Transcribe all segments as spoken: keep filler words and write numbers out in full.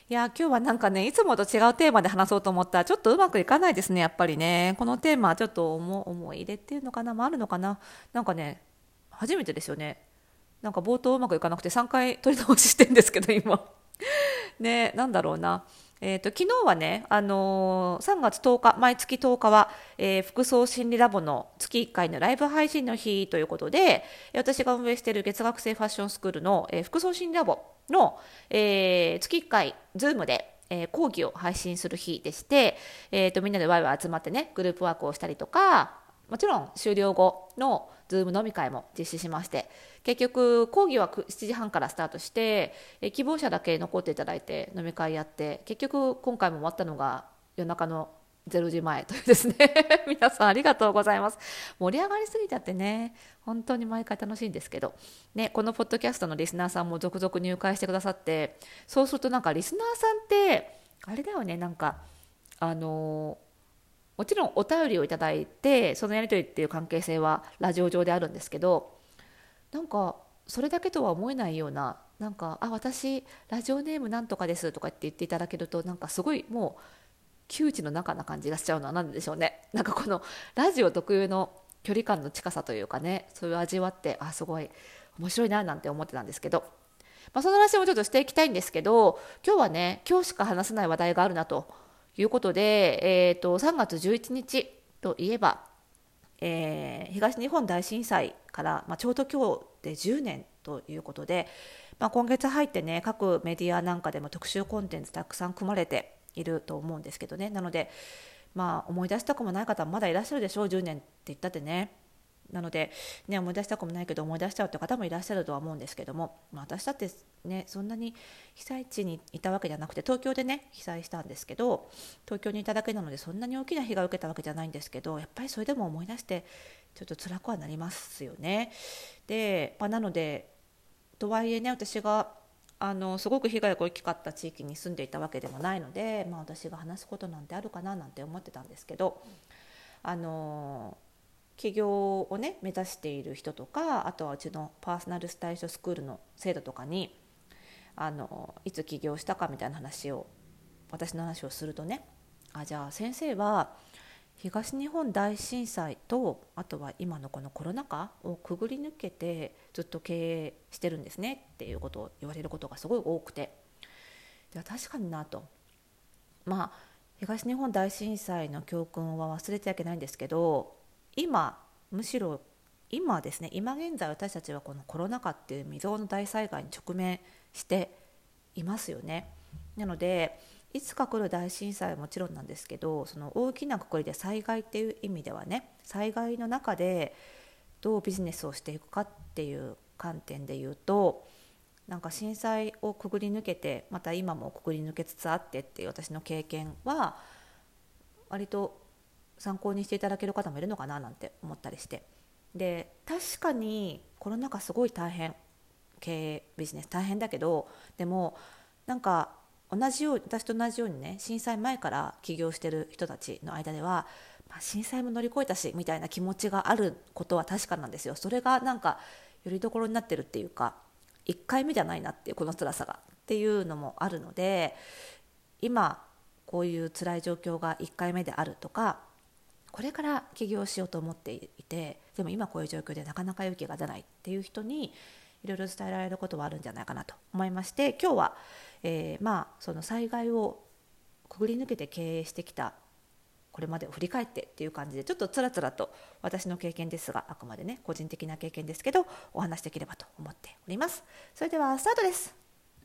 いや、今日はなんかね、いつもと違うテーマで話そうと思ったら、ちょっとうまくいかないですね、やっぱりね。このテーマはちょっと思思い入れっていうのかな、もあるのかな。なんかね、初めてですよね。なんか冒頭うまくいかなくてさんかい取り直ししてんですけど、今。ね、なんだろうな。えーと、昨日はね、あのーさんがつとおか、毎月とおかは、えー服装心理ラボの月いっかいのライブ配信の日ということで、えー私が運営している月額制ファッションスクールの、えー服装心理ラボの、えー月いっかい、ズームで、えー講義を配信する日でして、えーと、みんなでワイワイ集まってね、グループワークをしたりとか、もちろん終了後のズーム飲み会も実施しまして、結局講義はしちじはんからスタートして、え希望者だけ残っていただいて飲み会やって、結局今回も終わったのが夜中のれいじまえというですね皆さんありがとうございます。盛り上がりすぎちゃってね、本当に毎回楽しいんですけどね。このポッドキャストのリスナーさんも続々入会してくださって、そうするとなんかリスナーさんってあれだよね、なんかあのもちろんお便りをいただいて、そのやり取りっていう関係性はラジオ上であるんですけど、なんかそれだけとは思えないような、なんかあ私ラジオネームなんとかですとかって言っていただけると、なんかすごいもう窮地の中な感じがしちゃうのは何でしょうね。なんかこのラジオ特有の距離感の近さというかね、そういう味わって、あすごい面白いななんて思ってたんですけど、まあ、その話もちょっとしていきたいんですけど、今日はね、今日しか話せない話題があるなということで、えー、とさんがつじゅういちにちといえば、えー東日本大震災から、まあ、ちょうど今日でじゅうねんということで、まあ、今月入ってね、各メディアなんかでも特集コンテンツたくさん組まれていると思うんですけどね。なので、まあ、思い出したくもない方もまだいらっしゃるでしょう、じゅうねんって言ったってね。なので、ね、思い出したくもないけど思い出しちゃうという方もいらっしゃるとは思うんですけども、まあ、私だってね、そんなに被災地にいたわけじゃなくて、東京でね被災したんですけど、東京にいただけなのでそんなに大きな被害を受けたわけじゃないんですけど、やっぱりそれでも思い出してちょっと辛くはなりますよね。で、まあ、なのでとはいえね、私があのすごく被害が大きかった地域に住んでいたわけでもないので、まあ、私が話すことなんてあるかななんて思ってたんですけど、あの起業をね目指している人とか、あとはうちのパーソナルスタイリストスクールの生徒とかに、あのいつ起業したかみたいな話を、私の話をするとね、あじゃあ先生は東日本大震災と、あとは今のこのコロナ禍をくぐり抜けてずっと経営してるんですねっていうことを言われることがすごい多くて、では確かになと。まあ東日本大震災の教訓は忘れてはいけないんですけど、今むしろ今ですね、今現在私たちはこのコロナ禍っていう未曾有の大災害に直面していますよね。なのでいつか来る大震災はもちろんなんですけど、その大きな括りで災害っていう意味ではね、災害の中でどうビジネスをしていくかっていう観点で言うと、なんか震災をくぐり抜けて、また今もくぐり抜けつつあってっていう私の経験は割と参考にしていただける方もいるのかななんて思ったりして、で確かにコロナ禍すごい大変、経営ビジネス大変だけど、でもなんか同じよう私と同じようにね、震災前から起業してる人たちの間では、まあ、震災も乗り越えたしみたいな気持ちがあることは確かなんですよ。それがなんかよりどころになってるっていうか、いっかいめじゃないなっていう、この辛さがっていうのもあるので、今こういう辛い状況がいっかいめであるとか、これから起業しようと思っていて、でも今こういう状況でなかなか勇気が出ないっていう人にいろいろ伝えられることはあるんじゃないかなと思いまして、今日は、えー、まあその災害をくぐり抜けて経営してきたこれまでを振り返ってっていう感じで、ちょっとつらつらと私の経験ですが、あくまでね個人的な経験ですけどお話しできればと思っております。それではスタートです。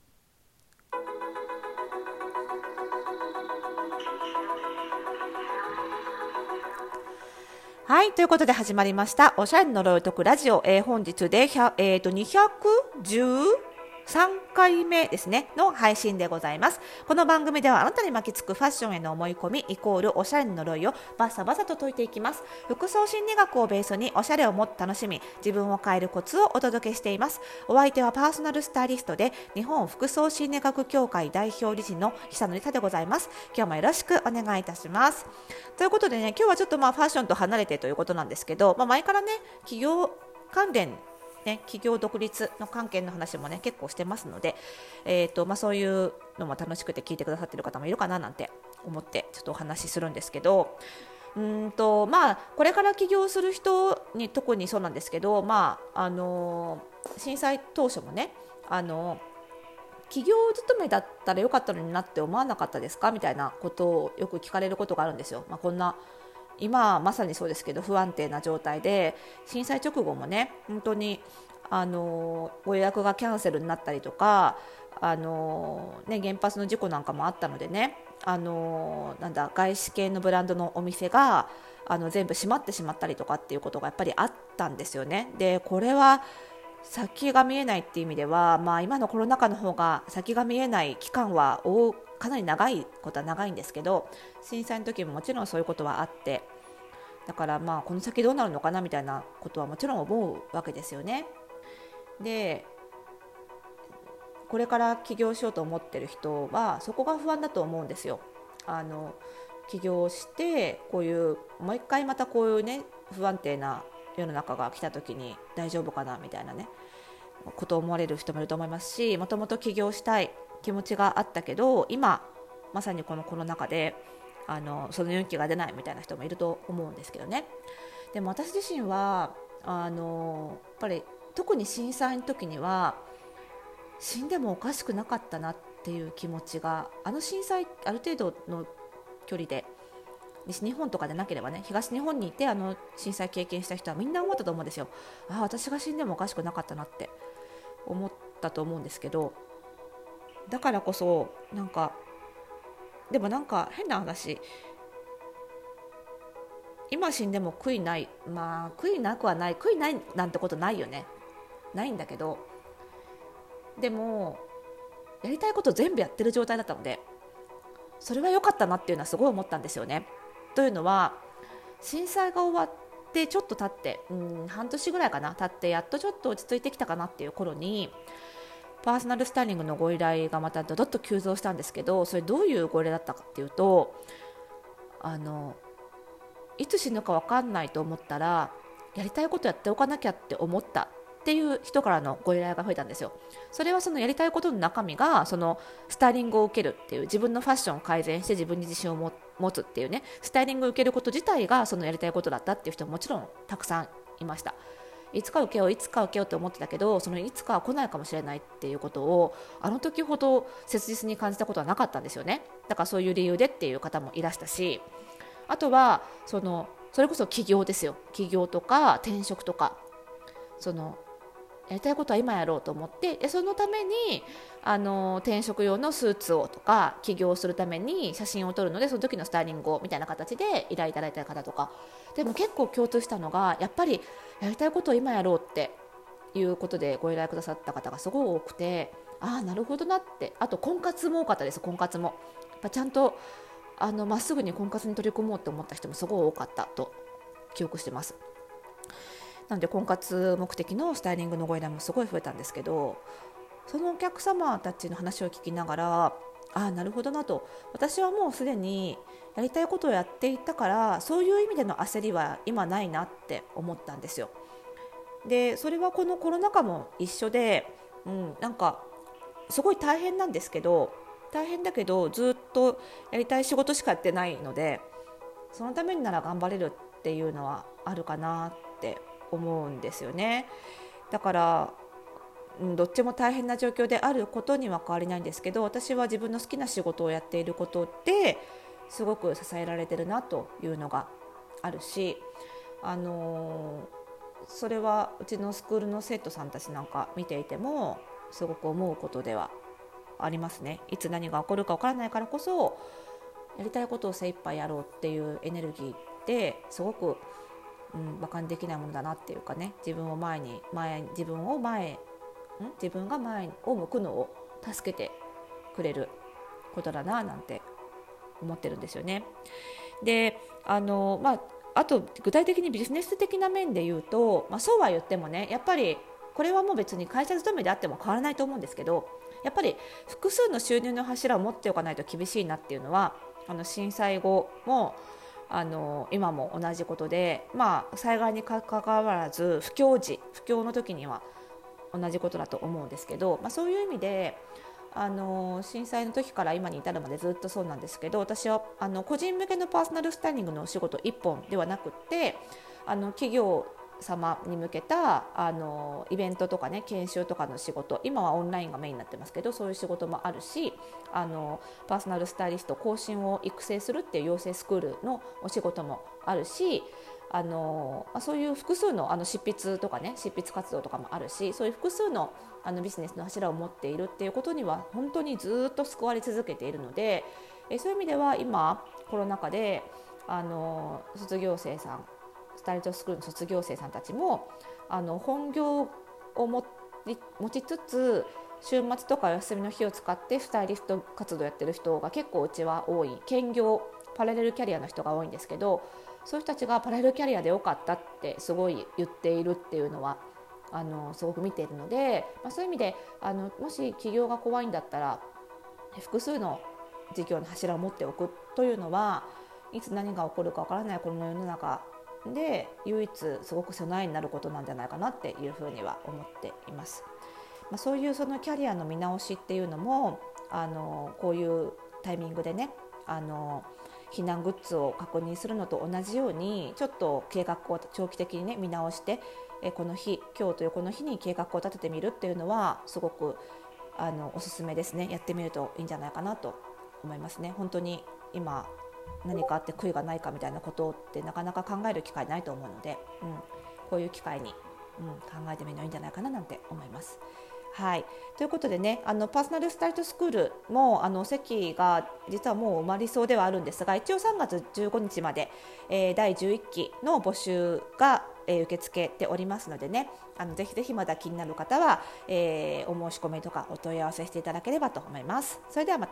はい、ということで始まりましたおしゃれの呪いを解くラジオ、えー、本日で、えー、とにひゃくじゅうさんかいめですねの配信でございます。この番組ではあなたに巻きつくファッションへの思い込みイコールおしゃれの呪いをバサバサと解いていきます。服装心理学をベースにおしゃれをもっと楽しみ、自分を変えるコツをお届けしています。お相手はパーソナルスタイリストで日本服装心理学協会代表理事の久野理沙でございます。今日もよろしくお願いいたします。ということでね、今日はちょっとまあファッションと離れてということなんですけど、まあ、前からね企業関連ね、企業独立の関係の話もね結構してますので、えーとまあ、そういうのも楽しくて聞いてくださっている方もいるかななんて思ってちょっとお話しするんですけど、うーんとまあこれから起業する人に特にそうなんですけど、まああのー震災当初もね、あのー企業勤めだったらよかったのになって思わなかったですかみたいなことをよく聞かれることがあるんですよ。まあ、こんな今まさにそうですけど不安定な状態で震災直後もね本当にあのご予約がキャンセルになったりとか、あの、ね、原発の事故なんかもあったのでね、あのなんだ外資系のブランドのお店があの全部閉まってしまったりとかっていうことがやっぱりあったんですよね。でこれは先が見えないっていう意味では、まあ、今のコロナ禍の方が先が見えない期間は大かなり長いことは長いんですけど、震災の時ももちろんそういうことはあって、だからまあこの先どうなるのかなみたいなことはもちろん思うわけですよね。でこれから起業しようと思ってる人はそこが不安だと思うんですよ。あの起業してこういうもう一回またこういうね不安定な世の中が来た時に大丈夫かなみたいなねことを思われる人もいると思いますし、もともと起業したい気持ちがあったけど今まさにこのコロナ禍であのその勇気が出ないみたいな人もいると思うんですけどね。でも私自身はあのやっぱり特に震災の時には死んでもおかしくなかったなっていう気持ちが、あの震災ある程度の距離で西日本とかでなければね東日本にいてあの震災経験した人はみんな思ったと思うんですよ。ああ私が死んでもおかしくなかったなって思ったと思うんですけど、だからこそなんかでもなんか変な話、今死んでも悔いない、まあ悔いなくはない、悔いないなんてことないよね、ないんだけど、でもやりたいこと全部やってる状態だったのでそれは良かったなっていうのはすごい思ったんですよね。というのは震災が終わってちょっと経ってうん半年ぐらいかな経ってやっとちょっと落ち着いてきたかなっていう頃にパーソナルスタイリングのご依頼がまたどどっと急増したんですけど、それどういうご依頼だったかっていうと、あのいつ死ぬか分かんないと思ったらやりたいことやっておかなきゃって思ったっていう人からのご依頼が増えたんですよ。それはそのやりたいことの中身がそのスタイリングを受けるっていう自分のファッションを改善して自分に自信をも持つっていうね、スタイリングを受けること自体がそのやりたいことだったっていう人ももちろんたくさんいました。いつか受けよういつか受けようと思ってたけどそのいつかは来ないかもしれないっていうことをあの時ほど切実に感じたことはなかったんですよね。だからそういう理由でっていう方もいらしたし、あとはそのそれこそ起業ですよ。起業とか転職とかそのやりたいことは今やろうと思ってでそのためにあの転職用のスーツをとか起業するために写真を撮るのでその時のスタイリングをみたいな形で依頼いただいた方とかでも結構共通したのがやっぱりやりたいことを今やろうっていうことでご依頼くださった方がすごい多くて、ああなるほどなって。あと婚活も多かったです。婚活もやっぱちゃんとあのまっすぐに婚活に取り組もうと思った人もすごい多かったと記憶してます。なので婚活目的のスタイリングのご依頼もすごい増えたんですけど、そのお客様たちの話を聞きながらああなるほどなと、私はもうすでにやりたいことをやっていたからそういう意味での焦りは今ないなって思ったんですよ。でそれはこのコロナ禍も一緒で、うん、なんかすごい大変なんですけど大変だけどずっとやりたい仕事しかやってないのでそのためになら頑張れるっていうのはあるかなって思うんですよね。だからうんどっちも大変な状況であることには変わりないんですけど、私は自分の好きな仕事をやっていることですごく支えられてるなというのがあるし、あのーそれはうちのスクールの生徒さんたちなんか見ていてもすごく思うことではありますね。いつ何が起こるか分からないからこそやりたいことを精一杯やろうっていうエネルギーってすごく、うん、馬鹿にできないものだなっていうかね、自分を前に前自分を前ん自分が前を向くのを助けてくれることだななんて思ってるんですよね。であのまああと具体的にビジネス的な面で言うと、まあ、そうは言ってもねやっぱりこれはもう別に会社勤めであっても変わらないと思うんですけど、やっぱり複数の収入の柱を持っておかないと厳しいなっていうのはあの震災後もあの今も同じことで、まあ、災害にかかわらず不況時不況の時には同じことだと思うんですけど、まあ、そういう意味であの震災の時から今に至るまでずっとそうなんですけど、私はあの個人向けのパーソナルスタイリングのお仕事いっぽんではなくって、あの企業様に向けたあのイベントとかね、研修とかの仕事、今はオンラインがメインになってますけど、そういう仕事もあるし、あのパーソナルスタイリスト後進を育成するっていう養成スクールのお仕事もあるし、あのそういう複数の、あの執筆とかね、執筆活動とかもあるし、そういう複数の、あのビジネスの柱を持っているっていうことには本当にずっと救われ続けているので、えそういう意味では今コロナ禍であの卒業生さん、スタイリストスクールの卒業生さんたちもあの本業を持ちつつ、週末とか休みの日を使ってスタイリスト活動やってる人が結構うちは多い、兼業パラレルキャリアの人が多いんですけど、そういう人たちがパラレルキャリアでよかったってすごい言っているっていうのはあのすごく見ているので、まあ、そういう意味であのもし起業が怖いんだったら複数の事業の柱を持っておくというのはいつ何が起こるかわからないこの世の中で唯一すごく備えになることなんじゃないかなっていうふうには思っています。まあ、そういうそのキャリアの見直しっていうのもあのこういうタイミングでね、あの避難グッズを確認するのと同じようにちょっと計画を長期的に、ね、見直して、えこの日今日というこの日に計画を立ててみるっていうのはすごくあのおすすめですね。やってみるといいんじゃないかなと思いますね。本当に今何かあって悔いがないかみたいなことってなかなか考える機会ないと思うので、うん、こういう機会に、うん、考えてみるのいいんじゃないかななんて思います。はい、ということでね、あのパーソナルスタイリストスクールもあの席が実はもう埋まりそうではあるんですが、一応さんがつじゅうごにちまで、えー、だいじゅういっきの募集が、えー、受け付けておりますのでね、あのぜひぜひまだ気になる方は、えー、お申し込みとかお問い合わせしていただければと思います。それではまた。